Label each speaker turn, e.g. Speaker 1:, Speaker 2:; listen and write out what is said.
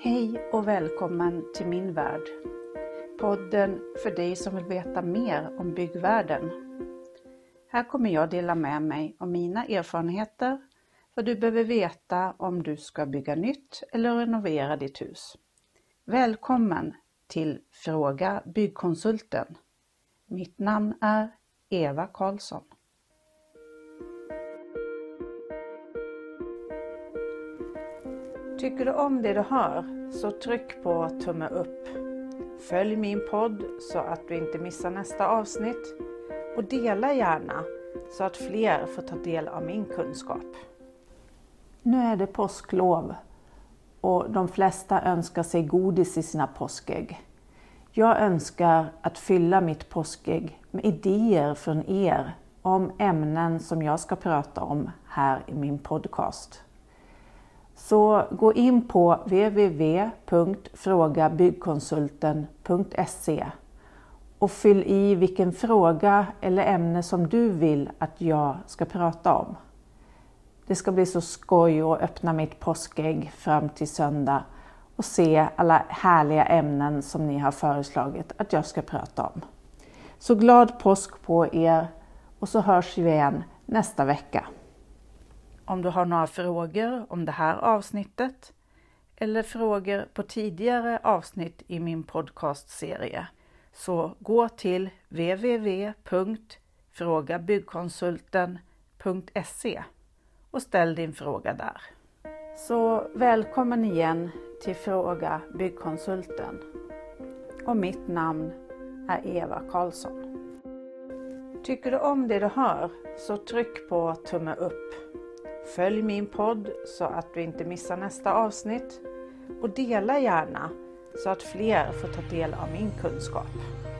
Speaker 1: Hej och välkommen till min värld. Podden för dig som vill veta mer om byggvärlden. Här kommer jag dela med mig om mina erfarenheter, vad du behöver veta om du ska bygga nytt eller renovera ditt hus. Välkommen till Fråga Byggkonsulten. Mitt namn är Eva Karlsson. Tycker du om det du hör så tryck på tumme upp. Följ min podd så att du inte missar nästa avsnitt och dela gärna så att fler får ta del av min kunskap. Nu är det påsklov och de flesta önskar sig godis i sina påskägg. Jag önskar att fylla mitt påskägg med idéer från er om ämnen som jag ska prata om här i min podcast. Så gå in på www.frågabyggkonsulten.se och fyll i vilken fråga eller ämne som du vill att jag ska prata om. Det ska bli så skoj att öppna mitt påskägg fram till söndag och se alla härliga ämnen som ni har föreslagit att jag ska prata om. Så glad påsk på er och så hörs vi igen nästa vecka. Om du har några frågor om det här avsnittet eller frågor på tidigare avsnitt i min podcastserie så gå till www.frågabyggkonsulten.se och ställ din fråga där. Så välkommen igen till Fråga Byggkonsulten. Och mitt namn är Eva Karlsson. Tycker du om det du hör så tryck på tumme upp. Följ min podd så att du inte missar nästa avsnitt och dela gärna så att fler får ta del av min kunskap.